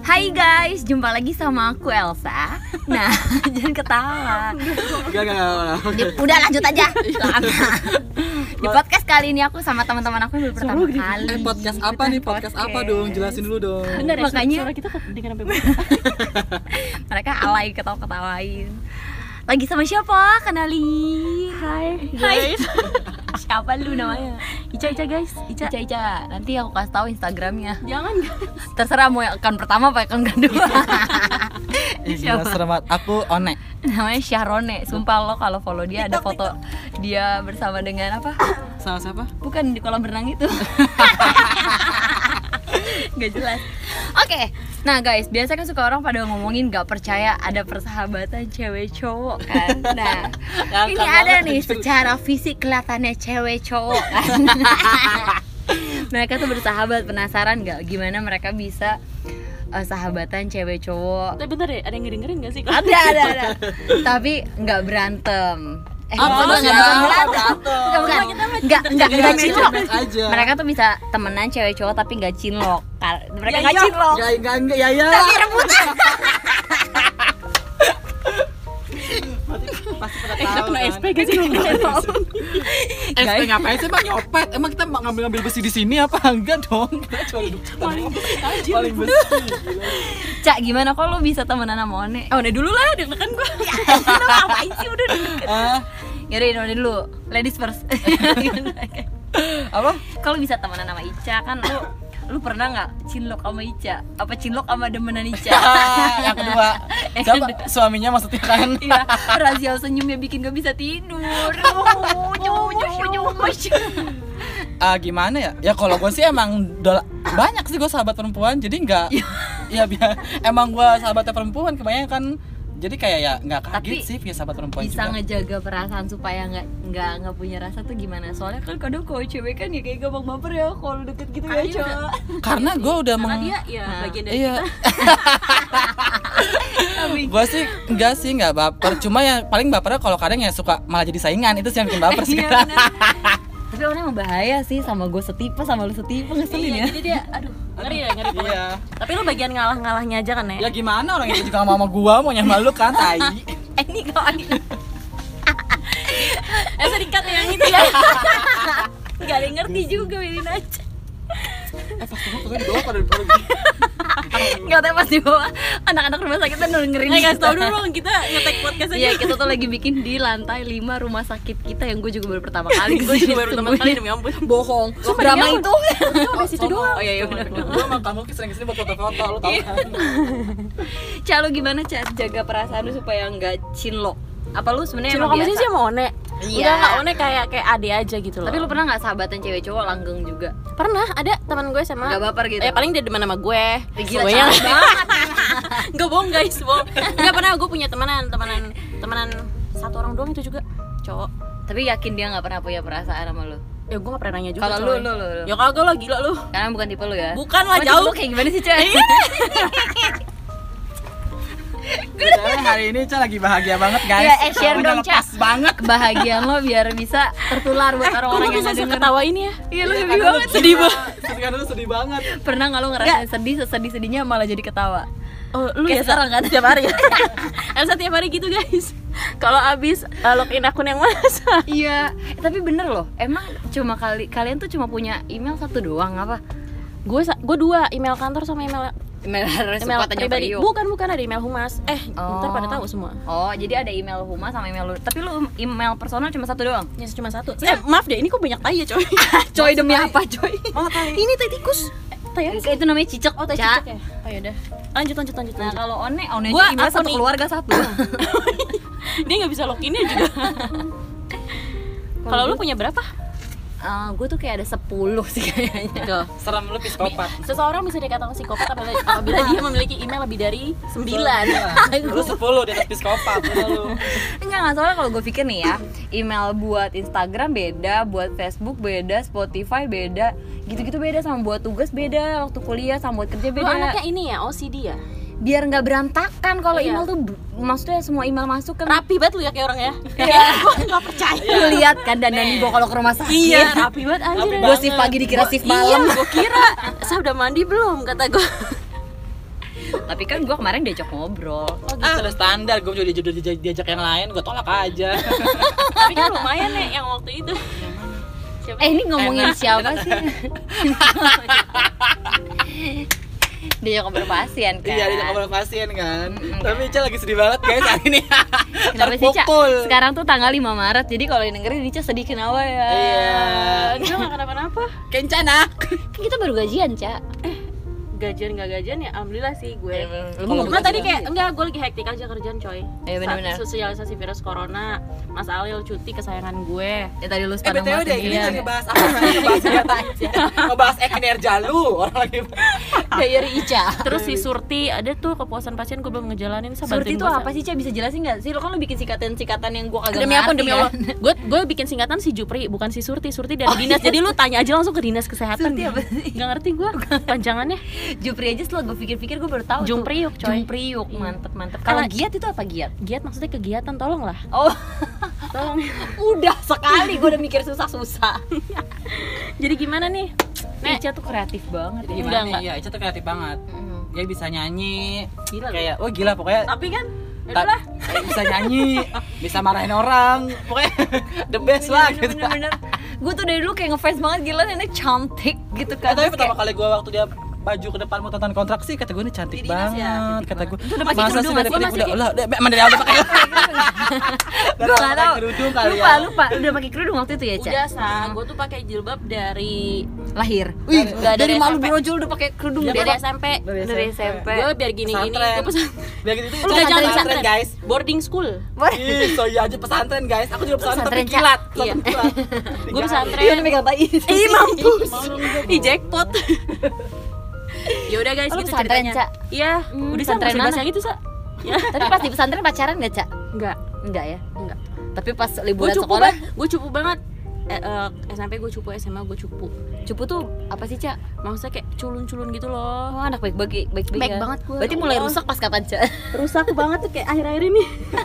Hai guys, jumpa lagi sama aku Elsa. Nah, jangan ketawa. Enggak. Udah lanjut aja. Di podcast kali ini aku sama teman-teman aku yang baru pertama kali. Podcast apa nih? Podcast apa dong? Jelasin dulu dong. Bener ya, Makanya suara kita kedengeran sampai mereka alay ketawa-ketawain. Lagi sama siapa? Kenalin. Hai guys. Siapa lu namanya? Ica guys, Ica. Nanti aku kasih tahu Instagramnya. jangan Terserah mau yang account pertama apa account kedua. Iya, selamat. Aku One. Namanya Syahrone. Sumpah lo kalau follow dia ada foto dia bersama dengan apa? Sama siapa? Bukan di kolam renang itu. Gak jelas. Oke, nah guys, biasa kan suka orang pada ngomongin gak percaya ada persahabatan cewek cowok kan. Nah, ini ada nih secara fisik kelihatannya cewek cowok kan. Mereka tuh bersahabat, penasaran gak gimana mereka bisa sahabatan cewek cowok. Tapi bentar ya, ada yang ngedengerin gak sih? Ada. Tapi nggak berantem. Bukan cinlok. aja. Mereka tuh bisa temenan cewek cowok tapi nggak cinlok. Mereka nggak cinlok. Enggak ya. Tapi rebutan. Pasti pada Kita tahu. kena kan? SP gak sih? SP ngapain sih Bang nyopet? Emang kita ngambil besi di sini apa? Enggak dong. Kita cuma duduk paling besi. Cak, gimana kok lu bisa temenan sama One? Oh, udah dulu lah, deg-degan gue. Lu ngapain sih udah deket? Yaudah, One dulu. Ladies first. Apa? Kalau bisa temenan sama Ica kan lu pernah nggak cinlok sama Ica? Apa cinlok sama demenan Ica? Yang kedua. Siapa? Suaminya maksudnya kan? Iya, rahasia senyumnya bikin gak bisa tidur. Gimana ya? Ya kalau gue sih emang banyak sih gue sahabat perempuan, jadi nggak ya emang gue sahabatnya perempuan kebanyakan, jadi kayak ya nggak kaget Tapi sih punya sahabat perempuan bisa juga. ngejaga perasaan supaya nggak punya rasa tuh gimana? Soalnya kan kadang kalau cewek kan ya kayak gampang baper ya kalau deket gitu ya cowok. Karena gue udah Karena dia ya bagian dari iya. kita. Gue sih nggak baper, cuma ya paling bapernya kalau kadang ya suka malah jadi saingan, itu sih yang bikin baper sih. Iya, tapi orangnya emang bahaya sih, sama gue setipe sama lu setipe, ngeselin ya. Jadi dia, aduh, ngeri pokoknya. Iya. Tapi lu bagian ngalah-ngalahnya aja kan ya? Ya gimana, orang itu juga sama gua mau malu kan, tai. Ini kawan. Sedikat yang itu ya. Gak ada yang ngerti juga, biarin aja. Pas tengok di bawah pada Gak tahu pas di bawah anak-anak rumah sakit kan dengerin. Kasih tau dulu dong, kita nge-tag podcast aja. Iya, kita tuh lagi bikin di lantai 5 rumah sakit kita yang gue juga baru pertama kali. Gue juga baru pertama kali, demi ampun. Bohong. Sumpah, Drama demi itu. Sampai situ doang. Oh iya benar. Gua sama kamu sering kesini buat foto-foto, lu tau kan. Ca, lu gimana Ca jaga perasaan lu supaya nggak cinlok? Apa lu sebenarnya Cuma emang kamu biasa? sih sama One. Iya. Enggak One kayak ade aja gitu loh. Tapi lu pernah nggak sahabatan cewek cowok langgeng juga? pernah ada teman gue sama Nggak baper gitu? paling dia demen sama gue. Gila, Semuanya cantik banget. Enggak bohong guys, bohong. Enggak pernah, gue punya temenan satu orang doang itu juga cowok. Tapi yakin dia nggak pernah punya perasaan sama lu? Ya gue gak pernah nanya juga. Kalau coy. lu. Ya kagak lah, gila lu. Karena bukan tipe lu ya? Bukan lah, Oh, jauh. tipe lu kayak gimana sih Ca? Sebenarnya hari ini Ca lagi bahagia banget guys. Ya, share Udah dong Ca. lepas banget. Kebahagiaan lo biar bisa tertular buat orang-orang yang bisa nggak denger. ketawa ini ya. Iya lu Iya, happy kan, banget. Sedih banget. Sedih banget. Pernah nggak lo ngerasain sedih, sesedih-sedihnya malah jadi ketawa? Oh, lu Kayak ya sekarang kan? tiap hari. Elsa tiap hari gitu guys. Kalau abis login akun yang masa. Iya, tapi bener loh. Emang cuma kalian tuh cuma punya email satu doang apa? Gue dua, email kantor sama email Email pribadi. Bukan ada email humas. Ntar pada tahu semua. Oh, jadi ada email humas sama email lu. Tapi lu email personal cuma satu doang? Ya cuma satu. Maaf deh, ini kok banyak tai ya coy. Coy demi apa coy? Ini tai tikus. Tai apa sih? Itu namanya cicak. Oh, tai Ca. cicak ya. Oh yaudah. Lanjut. Nah, kalau One Gua aja email apa satu nih? keluarga satu. Dia nggak bisa loginnya juga. Kalau lu punya berapa? Gue tuh kayak ada 10 sih kayaknya. Tuh. Serem lu psikopat. Seseorang bisa dikatakan psikopat apabila dia memiliki email lebih dari 9. Lu 10 di atas psikopat lu. Enggak, soalnya kalau gue pikir nih ya, email buat Instagram beda, buat Facebook beda, Spotify beda, gitu-gitu beda, sama buat tugas beda, waktu kuliah sama buat kerja Lu beda. anaknya ini ya, OCD ya? Biar nggak berantakan kalau Iya. email tuh maksudnya semua email masuk kan. Rapi banget lu ya kayak orang ya. Iya. Gue gak percaya. Lu lihat kan dandan gue kalau ke rumah sakit. Iya, rapi banget anjir. Rapi Gue shift pagi dikira shift malam. Iya, gue kira, "Sa udah mandi belum?" kata gue. Tapi kan gue kemarin diajak ngobrol. Oh gitu. Udah standar, gue juga diajak yang lain, gue tolak aja. Tapi kan lumayan nih yang waktu itu. Siapa? Ini ngomongin Enak. siapa sih? Dia ngobrol pasien kan. Iya, di kamar pasien kan. Tapi Ica lagi sedih banget guys hari ini. Kenapa sih, Ca? Terpukul. Sekarang tuh tanggal 5 Maret. Jadi kalau dengerin Ica sedih kenapa ya? Iya. Gue gak kenapa-napa. Kencana. Kan kita baru gajian, Ca. Gajian gak gajian ya alhamdulillah sih gue. Kalau Cuma tadi kayak enggak, gue lagi hektik aja kerjaan coy. Iya, benar-benar. Sosialisasi virus corona. Mas Alil cuti kesayangan gue. Ya tadi lu sepaneng BTW deh, ini lagi bahas apa sih? Ngebahas apa aja? Ngebahas kinerja lu. Orang lagi Diary Ica. Terus si Surti ada tuh kepuasan pasien gue belum ngejalanin. Surti itu apa sih, Ca? Bisa jelasin nggak sih? Lo kan lu bikin singkatan-singkatan yang gua kagak Demi apa? ngerti, Demi Allah. kan? Gue bikin singkatan si Jupri, bukan si Surti. Surti dari dinas. Jadi lu tanya aja langsung ke dinas kesehatan. Surti apa sih? Gak ngerti gue panjangannya. Jupri aja setelah gue pikir-pikir gue baru tahu. Jumpriuk, tuh. coy. Jumpriuk, mantep. Kalau Kalau- giat itu apa giat? Giat maksudnya kegiatan, tolong lah. Oh, Tolong. udah sekali gue udah mikir susah-susah. Jadi gimana nih? Ica tuh kreatif banget. Jadi ya. Enggak, gimana enggak. nih? Ya, Ica tuh kreatif banget. Dia bisa nyanyi. Gila lu. Kayak, oh gila pokoknya. Tapi kan Ta- udahlah. bisa nyanyi, bisa marahin orang. Pokoknya the best lah gitu. Bener-bener. Gue tuh dari dulu kayak ngefans banget, gila nenek cantik gitu kan. Tapi Terus pertama kayak, kali gue waktu dia baju ke depan mau tonton kontraksi, kata gue ini cantik Di dinas banget, ya? kata gue. Itu udah pakai masa kerudung sih nggak sih? udah Masih udah emang dari awal udah pakai. gue gak tau. Kerudung kali Lupa, ya. udah pakai kerudung waktu itu ya, Ca? Udah gue tuh pakai jilbab dari Lahir. Wih, Nggak dari malu SMP. brojol udah pakai kerudung dari SMP. Dari SMP. Gue biar gini-gini, Pesantren. gue pesan. Biar gitu itu Udah jangan pesantren pesantren guys. boarding school. Ih, so iya aja pesantren guys. Aku juga pesantren Pesantren, tapi kilat. Iya. Gue Gue pesantren. Iya, megang tai. Ih mampus. Ih jackpot. Ya udah guys, Oh, lu gitu pesantren, ceritanya. Ca? Iya, udah Sa, pesantren nggak usah bahas mana? yang itu, Sa. Ya. Tapi pas di pesantren pacaran gak, Ca? Enggak, Enggak ya? enggak. Tapi pas Gue liburan cupu sekolah, banget. Gue cupu banget. SMP gue cupu, SMA gue cupu. cupu tuh apa sih, Ca? Maksudnya kayak culun-culun gitu loh. Oh, anak baik-baik Baik ya? banget gue. Berarti mulai Allah. rusak pas kapan, Ca? Rusak banget tuh kayak akhir-akhir ini.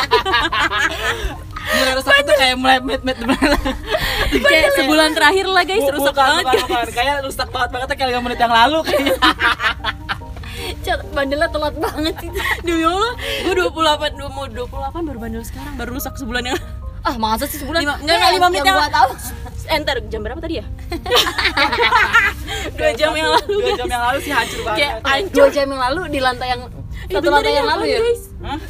mulai rusak itu kayak mulai met Kayak sebulan terakhir lah guys, rusak banget. bukan. Kayak rusak banget kayak 5 menit yang lalu kayaknya. Ca, bandelnya telat banget sih. Demi Allah, gue 28 baru bandel sekarang, baru rusak sebulan yang Ah, masa sih sebulan? enggak 5 menit yang yang gua tahu. Enter jam berapa tadi ya? 2 jam yang lalu 2 jam yang lalu sih hancur kayak banget. hancur. 2 jam yang lalu di lantai yang satu Bener lantai yang lalu ya? guys. Hah?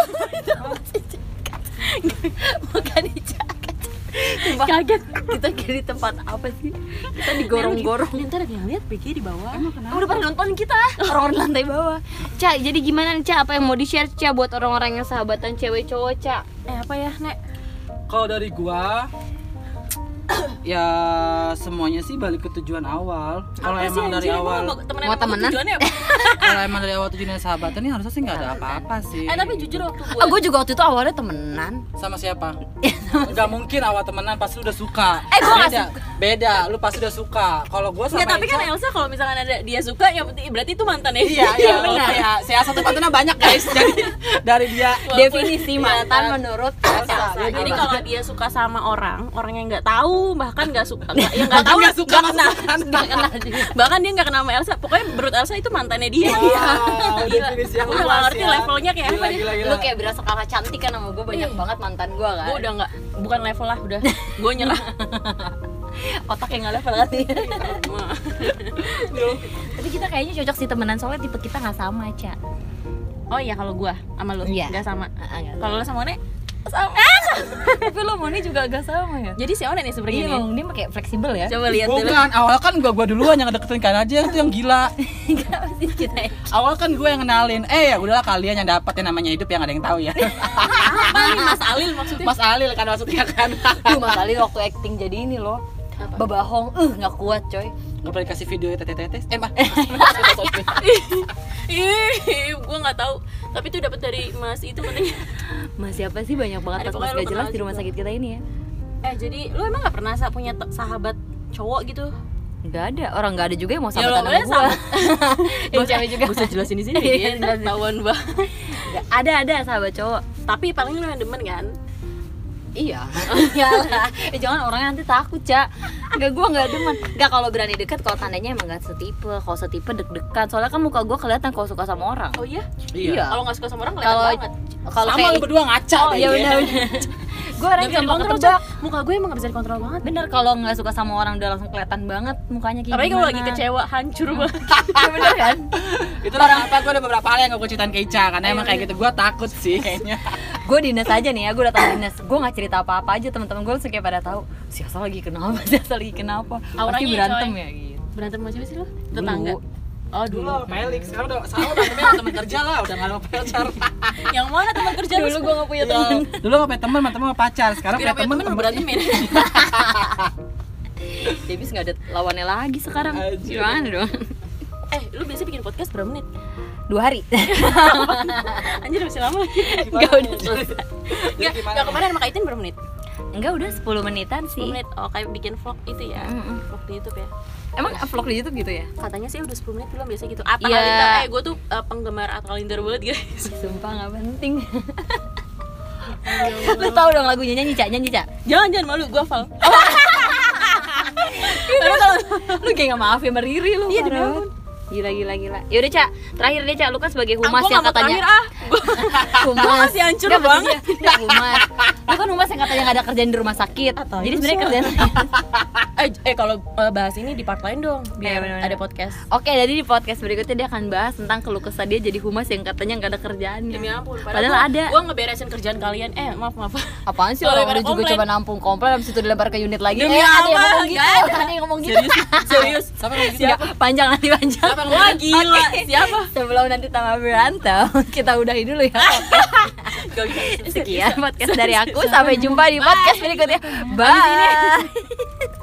Bukan di Ca. Sumpah, Kaget. kita kayak di tempat apa sih? Kita digorong-gorong. Ntar ada yang lihat Becky di bawah. Udah pada nonton kita, orang-orang di lantai bawah. Ca, jadi gimana nih, Ca? Apa yang mau di-share, Ca, buat orang-orang yang sahabatan cewek cowok, Ca? Apa ya, Nek? Kalau dari gua ya semuanya sih balik ke tujuan awal. Kalau Apa sih, emang dari anjir? awal Emang Mau temenan? tujuannya apa? kalau emang dari awal tujuannya sahabatan ini harusnya sih nggak ada apa-apa sih. Tapi jujur waktu gue Gue juga waktu itu awalnya temenan. Sama siapa? Nggak mungkin awal temenan pasti udah suka. Gua nggak beda, beda. Lu pasti udah suka. Kalau gua sama Nggak, tapi kan Ica- Elsa kalau misalkan ada dia suka, ya berarti itu mantannya. Iya, iya, benar. Ya, saya satu mantannya banyak guys. Jadi dari dia Definisi Iya, mantan kan? menurut Elsa. Elsa. Jadi kalau dia suka sama orang yang nggak tahu, bahkan nggak suka, yang nggak Bahkan tahu, nggak suka nggak kenal, maksudnya. nggak kenal, bahkan dia nggak kenal sama Elsa. Pokoknya menurut Elsa itu mantannya dia. Wow, Gila. definisi yang Aku udah nggak luas ngerti ya. levelnya kayak apa deh. lu kayak berasa kakak cantik kan sama gue, banyak banget mantan gue kan. Gue udah nggak, bukan level lah, udah gue nyerah. Otaknya nggak level kan. Tapi kita kayaknya cocok sih temenan, soalnya tipe kita nggak sama, Ca. Oh iya, kalau gue sama lu Iya. nggak sama. Nggak Kalau lu sama Nek sama. Tapi lo Moni juga agak sama ya. Jadi si One nih sebenarnya Iya, nih. Bang, dia kayak fleksibel ya. Coba lihat dulu. Bukan, awal kan gua duluan yang ngedeketin kan aja itu yang gila. Enggak pasti kita. Awal kan gue yang kenalin. Ya udahlah kalian yang dapat yang namanya hidup yang ada yang tahu ya. Apa nih Mas Alil maksudnya? Mas Alil kan maksudnya kan. Duh, Mas Ali waktu acting jadi ini loh. Babahong, nggak kuat coy. Nggak pernah dikasih video tete-tete. Mah. Ih, gue nggak tahu. Tapi itu dapat dari Mas itu katanya. Mas siapa sih, banyak banget Ada, mas pokoknya lu gak jelas kenal di rumah juga. sakit kita ini ya. Jadi lu emang nggak pernah punya sahabat cowok gitu? Nggak ada, orang nggak ada juga yang mau Ya, sahabatan lo sama sama. gua. Yang cewek juga. Gak usah jelasin di sini. Iya, Ya, jelasin. tahuan banget. Ada sahabat cowok. Tapi paling lu yang demen kan? Iya. Iyalah. Jangan orangnya nanti takut, Cak. Enggak, gua enggak demen. Enggak, kalau berani deket, kalau tandanya emang enggak setipe. Kalau setipe deg-degan. Soalnya kan muka gua kelihatan kalau suka sama orang. Oh iya? Iya. Kalau nggak suka sama orang kelihatan banget. Kalau Sama lu berdua ngaca Oh deh. iya benar. Gue orang Gak bisa gampang dikontrol, ketebak. Cak. Muka gue emang gak bisa dikontrol banget. Bener, kalau nggak suka sama orang udah langsung kelihatan banget mukanya kayak Apalagi kalau lagi gimana. kecewa, hancur banget. Iya bener kan? Itulah kenapa gue ada beberapa hal yang gak gue ceritain ke Ica. Karena emang kayak gitu, gue takut sih kayaknya. Gue dinas aja nih ya, gue datang dinas. Gue nggak cerita apa-apa aja, teman-teman gue langsung kayak pada tahu. Si Asal lagi kenapa? Si Asal lagi kenapa? Pasti Auranya, berantem coy. ya gitu. Berantem sama siapa sih lo? Tetangga. Dulu. Oh Dulu dulu. Felix, sekarang udah sama temen kerja lah, udah gak sama pacar. Yang mana teman kerja lu? Dulu gue nggak punya Iya, teman. dulu gak punya teman sama pacar. Sekarang Kira punya temen temen berantemin. Debis nggak ada lawannya lagi sekarang. Anjir. Gimana dong? Lu biasa bikin podcast berapa menit? 2 hari. Anjir masih lama lagi. Enggak udah selesai. Enggak kemarin sama Kaitin berapa menit? Enggak, udah 10 menitan 10 sih. menit. Oh kayak bikin vlog itu ya. Vlog di YouTube ya. Emang vlog di YouTube gitu ya? Katanya sih udah 10 menit belum biasa gitu. Atta Iya. Halilintar, gue tuh penggemar Atta Halilintar banget guys. Sumpah nggak penting. Lu tahu dong lagunya, nyanyi Cak, nyanyi Cak. Jangan malu, gue hafal. Lu kayak nggak maaf ya Riri lu. Iya, demi parah. ampun. Gila. Yaudah Cak, terakhir deh Cak, lu kan sebagai humas Gua yang nggak mau katanya terakhir, humas. Gua masih hancur Nggak, banget. maksudnya, nggak, humas. Lu kan humas yang katanya nggak ada kerjaan di rumah sakit. Atau Jadi itu sebenarnya sih. kerjaan kalau bahas ini di part lain dong, biar bener-bener. ada podcast. Oke, jadi di podcast berikutnya dia akan bahas tentang keluh kesah dia jadi humas yang katanya nggak ada kerjaannya. Demi ampun, Padahal ada. Gue ngeberesin kerjaan kalian. Maaf. Apaan sih, Oh, orang daripada udah juga komplain. coba nampung komplain habis itu dilempar ke unit lagi. Demi Ada yang apa? ngomong gitu. Nggak ada. Ada yang ngomong gitu. Serius. Siapa yang gitu? Nggak, panjang nanti panjang. Siapa yang Wah gila, Oke. siapa? Sebelum nanti tambah berantem, kita udahi dulu ya. Gak bisa. Sekian podcast dari aku. Sampai jumpa di podcast berikutnya. Bye.